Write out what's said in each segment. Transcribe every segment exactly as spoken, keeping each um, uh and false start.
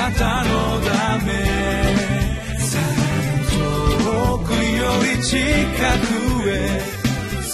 なたのため遠くより近くへ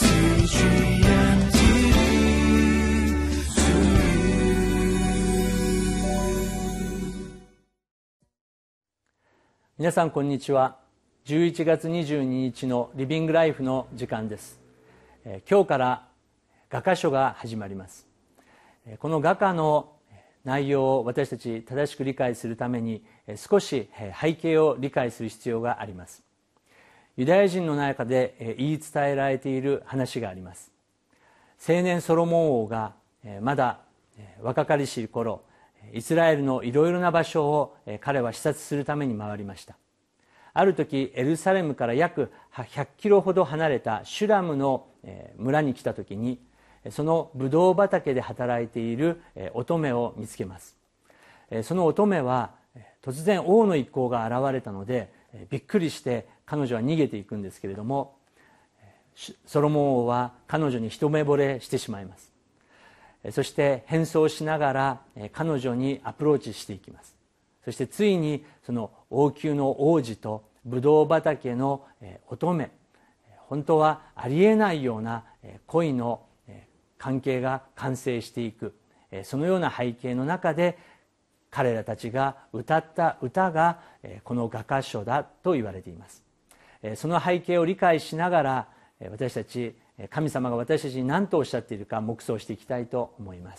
皆さんこんにちは。じゅういちがつにじゅうににちのリビングライフの時間です。えー、今日から画家書が始まります。えー、この画家の内容を私たち正しく理解するために、えー、少し背景を理解する必要があります。ユダヤ人の中で、えー、言い伝えられている話があります。青年ソロモン王が、えー、まだ、えー、若かりしい頃、イスラエルのいろいろな場所を彼は視察するために回りました。ある時エルサレムから約ひゃっキロほど離れたシュラムの村に来た時に、そのブドウ畑で働いている乙女を見つけます。その乙女は突然王の一行が現れたのでびっくりして彼女は逃げていくんですけれども、ソロモン王は彼女に一目惚れしてしまいます。そして変装しながら彼女にアプローチしていきます。そしてついにその王宮の王子とブドウ畑の乙女、本当はありえないような恋の関係が完成していく、そのような背景の中で彼らたちが歌った歌がこの画家書だと言われています。その背景を理解しながら私たち神様が私たちに何とおっしゃっているか黙想していきたいと思います。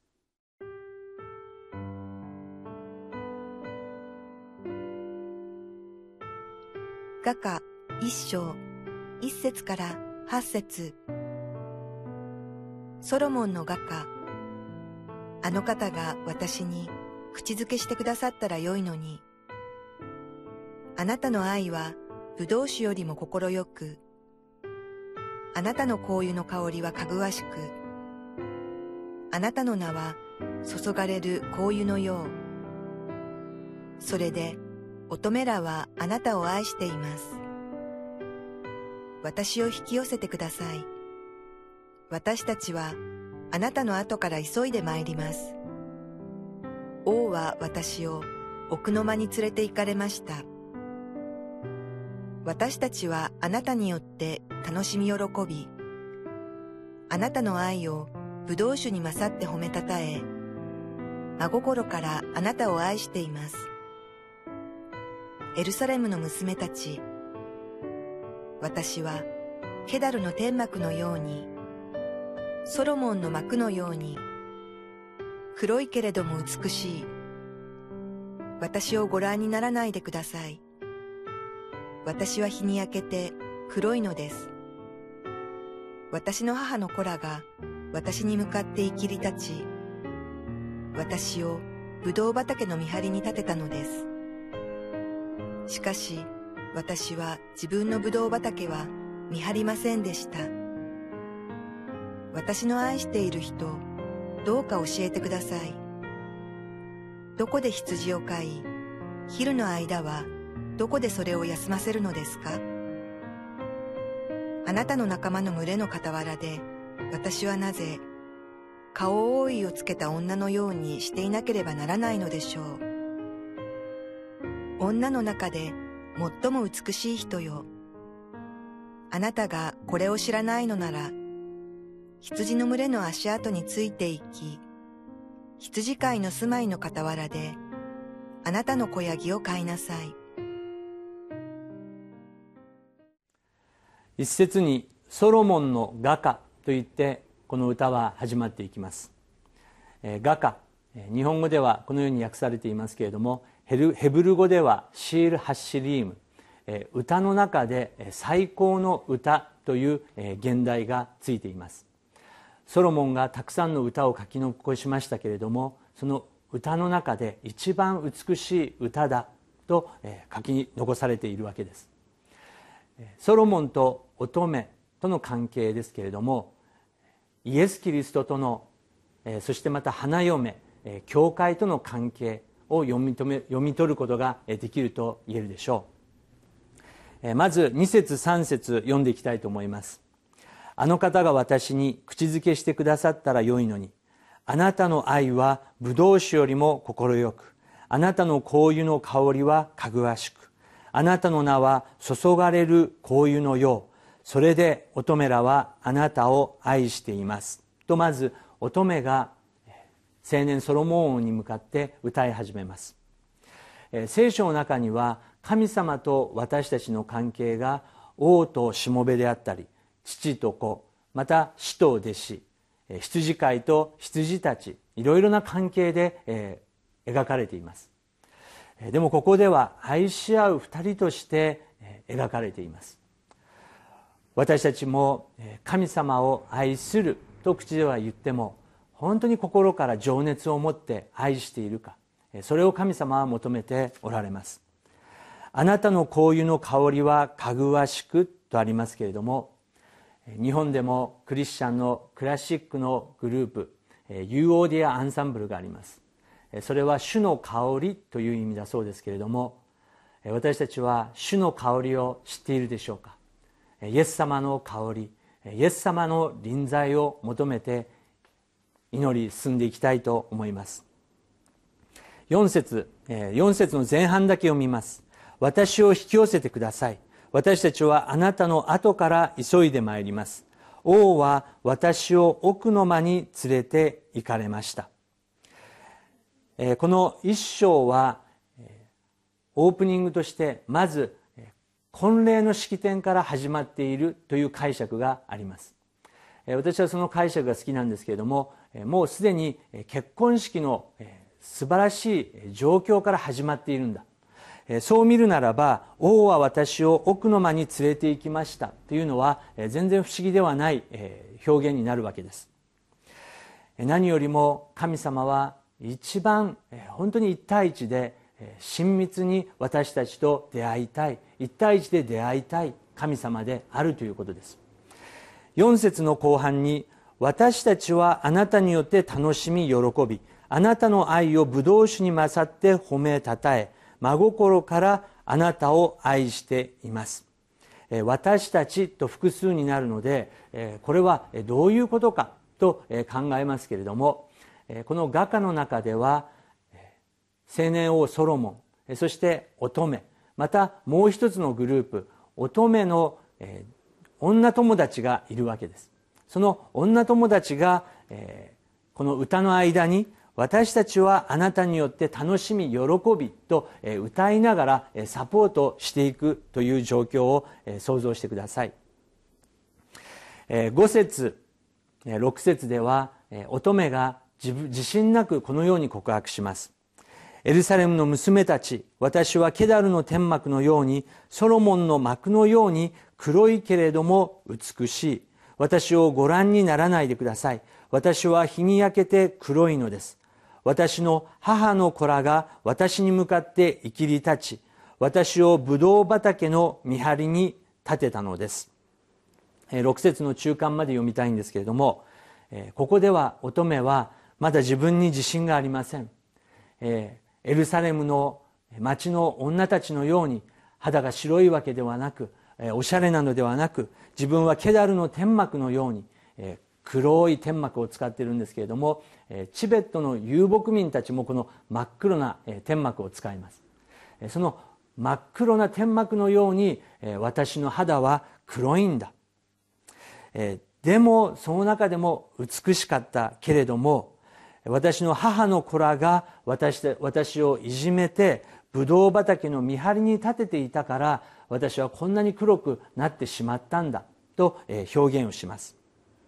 画家一章一節から八節。ソロモンの画家、あの方が私に口づけしてくださったらよいのに。あなたの愛はブドウ酒よりも心よく、あなたの香油の香りはかぐわしく、あなたの名は注がれる香油のよう。それで乙女らはあなたを愛しています。私を引き寄せてください。私たちはあなたの後から急いで参ります。王は私を奥の間に連れて行かれました。私たちはあなたによって楽しみ喜び、あなたの愛をブドウ酒に勝って褒めたたえ、真心からあなたを愛しています。エルサレムの娘たち、私はケダルの天幕のように、ソロモンの幕のように、黒いけれども美しい。私をご覧にならないでください。私は日に焼けて黒いのです。私の母の子らが私に向かって生きり立ち、私をブドウ畑の見張りに立てたのです。しかし私は自分のブドウ畑は見張りませんでした。私の愛している人、どうか教えてください。どこで羊を飼い、昼の間はどこでそれを休ませるのですか？あなたの仲間の群れの傍らで、私はなぜ顔覆いをつけた女のようにしていなければならないのでしょう。女の中で最も美しい人よ。あなたがこれを知らないのなら、羊の群れの足跡についていき、羊飼いの住まいの傍らで、あなたの子ヤギを飼いなさい。 一節にソロモンの画家といってこの歌は始まっていきます。えー、画家、日本語ではこのように訳されていますけれども、ヘルヘブル語ではシール・ハッシリーム、えー、歌の中で最高の歌という、えー、現代がついています。ソロモンがたくさんの歌を書き残しましたけれども、その歌の中で一番美しい歌だと、えー、書き残されているわけです。ソロモンと乙女との関係ですけれども、イエス・キリストとの、そしてまた花嫁、教会との関係を読み止め読み取ることができると言えるでしょう。まずに節さん節読んでいきたいと思います。あの方が私に口づけしてくださったらよいのに、あなたの愛はブドウ酒よりも心よく、 あなたの香油の香りはかぐわしく、あなたの名は注がれる香油のよう、それで乙女らはあなたを愛していますと、まず乙女が青年ソロモン王に向かって歌い始めます。聖書の中には神様と私たちの関係が王としもべであったり、父と子、また使と弟子、羊飼いと羊たち、いろいろな関係で、えー、描かれています。でもここでは愛し合う二人として描かれています。私たちも神様を愛すると口では言っても、本当に心から情熱を持って愛しているか、それを神様は求めておられます。あなたの香油の香りはかぐわしくとありますけれども、日本でもクリスチャンのクラシックのグループ、ユーオーディアアンサンブルがあります。それは主の香りという意味だそうですけれども、私たちは主の香りを知っているでしょうか。イエス様の香り、イエス様の臨在を求めて祈り進んでいきたいと思います。よん節、よん節の前半だけ読みます。私を引き寄せてください。私たちはあなたの後から急いでまいります。王は私を奥の間に連れて行かれました。この一章はオープニングとしてまず婚礼の式典から始まっているという解釈があります。私はその解釈が好きなんですけれども、もうすでに結婚式の素晴らしい状況から始まっているんだ。そう見るならば、王は私を奥の間に連れて行きましたというのは全然不思議ではない表現になるわけです。何よりも神様は一番本当に一対一で親密に私たちと出会いたい、一対一で出会いたい神様であるということです。よん節の後半に、私たちはあなたによって楽しみ喜び、あなたの愛を葡萄酒に勝って褒めたたえ、真心からあなたを愛しています。私たちと複数になるので、これはどういうことかと考えますけれども、この画家の中では青年王ソロモン、そして乙女、またもう一つのグループ、乙女の女友達がいるわけです。その女友達がこの歌の間に、私たちはあなたによって楽しみ喜びと歌いながらサポートしていくという状況を想像してください。ご節ろく節では乙女が自信なくこのように告白します。エルサレムの娘たち、私はケダルの天幕のように、ソロモンの幕のように黒いけれども美しい。私をご覧にならないでください。私は日に焼けて黒いのです。私の母の子らが私に向かって生きり立ち、私をブドウ畑の見張りに立てたのです。ろく節の中間まで読みたいんですけれども、ここでは乙女はまだ自分に自信がありません。エルサレムの町の女たちのように肌が白いわけではなく、おしゃれなのではなく、自分はケダルの天幕のように黒い天幕を使っているんですけれども、チベットの遊牧民たちもこの真っ黒な天幕を使います。その真っ黒な天幕のように私の肌は黒いんだ。でもその中でも美しかったけれども、私の母の子らが 私, 私をいじめてブドウ畑の見張りに立てていたから、私はこんなに黒くなってしまったんだと表現をします。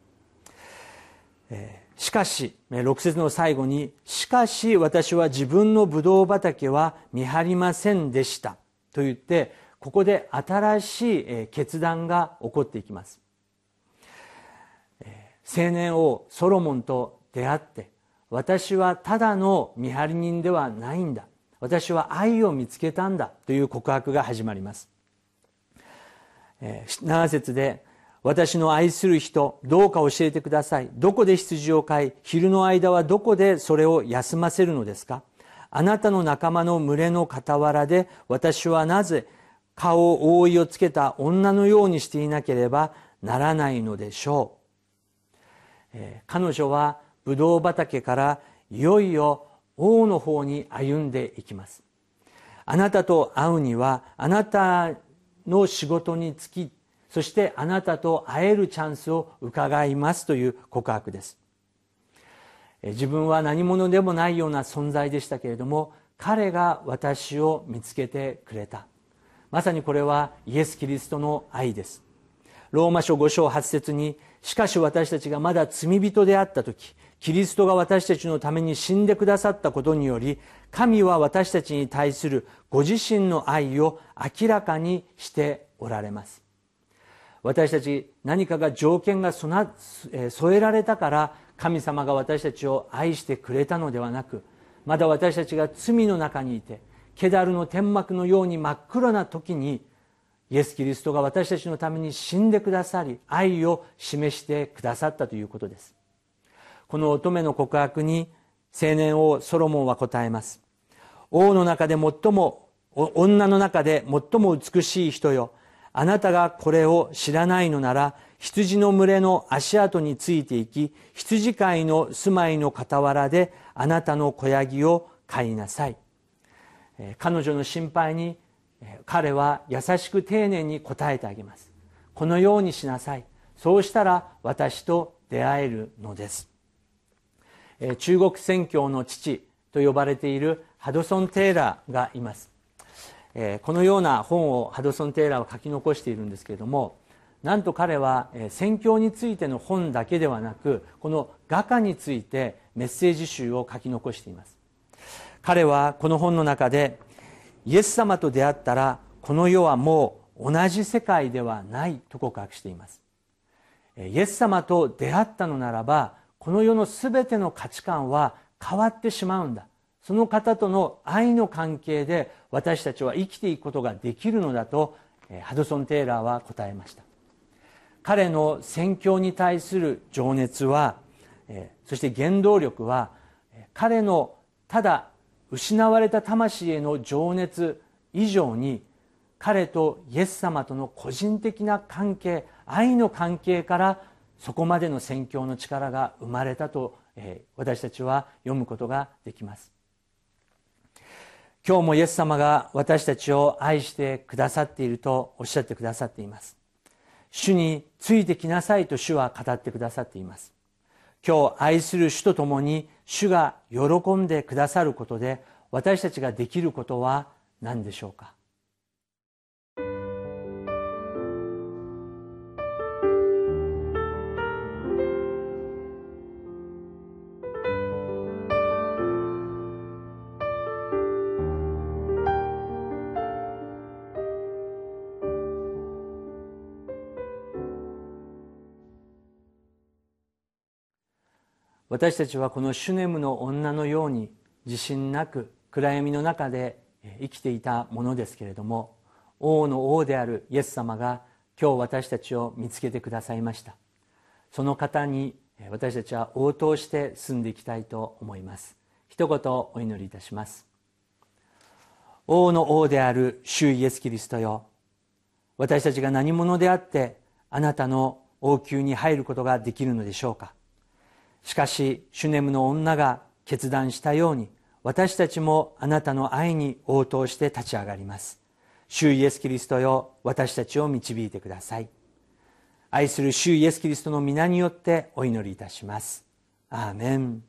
しかしろく節の最後に、しかし私は自分のブドウ畑は見張りませんでしたと言って、ここで新しい決断が起こっていきます。青年王ソロモンと出会って、私はただの見張り人ではないんだ、私は愛を見つけたんだという告白が始まります。なな節で、私の愛する人、どうか教えてください。どこで羊を飼い、昼の間はどこでそれを休ませるのですか。あなたの仲間の群れの傍らで、私はなぜ顔覆いをつけた女のようにしていなければならないのでしょう。えー、彼女はブドウ畑からいよいよ王の方に歩んでいきます。あなたと会うにはあなたの仕事に就き、そしてあなたと会えるチャンスを伺いますという告白です。自分は何者でもないような存在でしたけれども、彼が私を見つけてくれた。まさにこれはイエス・キリストの愛です。ローマ書ご章はち節に、しかし私たちがまだ罪人であったとき、キリストが私たちのために死んでくださったことにより、神は私たちに対するご自身の愛を明らかにしておられます。私たち何かが条件が添えられたから神様が私たちを愛してくれたのではなく、まだ私たちが罪の中にいてケダルの天幕のように真っ黒な時に、イエス・キリストが私たちのために死んでくださり、愛を示してくださったということです。この乙女の告白に青年王ソロモンは答えます。王の中で最も女の中で最も美しい人よ、あなたがこれを知らないのなら、羊の群れの足跡についていき、羊飼いの住まいの傍らであなたの子ヤギを飼いなさい。彼女の心配に彼は優しく丁寧に答えてあげます。このようにしなさい。そうしたら私と出会えるのです。中国宣教の父と呼ばれているハドソン・テイラーがいます。このような本をハドソン・テイラーは書き残しているんですけれども、なんと彼は宣教についての本だけではなく、この画家についてメッセージ集を書き残しています。彼はこの本の中で、イエス様と出会ったらこの世はもう同じ世界ではないと告白しています。イエス様と出会ったのならば、この世のすべての価値観は変わってしまうんだ。その方との愛の関係で私たちは生きていくことができるのだとハドソン・テイラーは答えました。彼の宣教に対する情熱は、そして原動力は、彼のただ失われた魂への情熱以上に、彼とイエス様との個人的な関係、愛の関係からそこまでの宣教の力が生まれたと、私たちは読むことができます。今日もイエス様が私たちを愛してくださっているとおっしゃってくださっています。主についてきなさいと主は語ってくださっています。今日愛する主と共に主が喜んでくださることで、私たちができることは何でしょうか。私たちはこのシュネムの女のように自信なく暗闇の中で生きていたものですけれども、王の王であるイエス様が今日私たちを見つけてくださいました。その方に私たちは応答して進んでいきたいと思います。一言お祈りいたします。王の王である主イエスキリストよ、私たちが何者であってあなたの王宮に入ることができるのでしょうか。しかしシュネムの女が決断したように、私たちもあなたの愛に応答して立ち上がります。主イエスキリストよ、私たちを導いてください。愛する主イエスキリストの皆によってお祈りいたします。アーメン。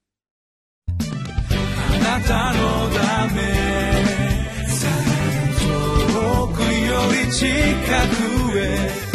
あなたのため遠くより近くへ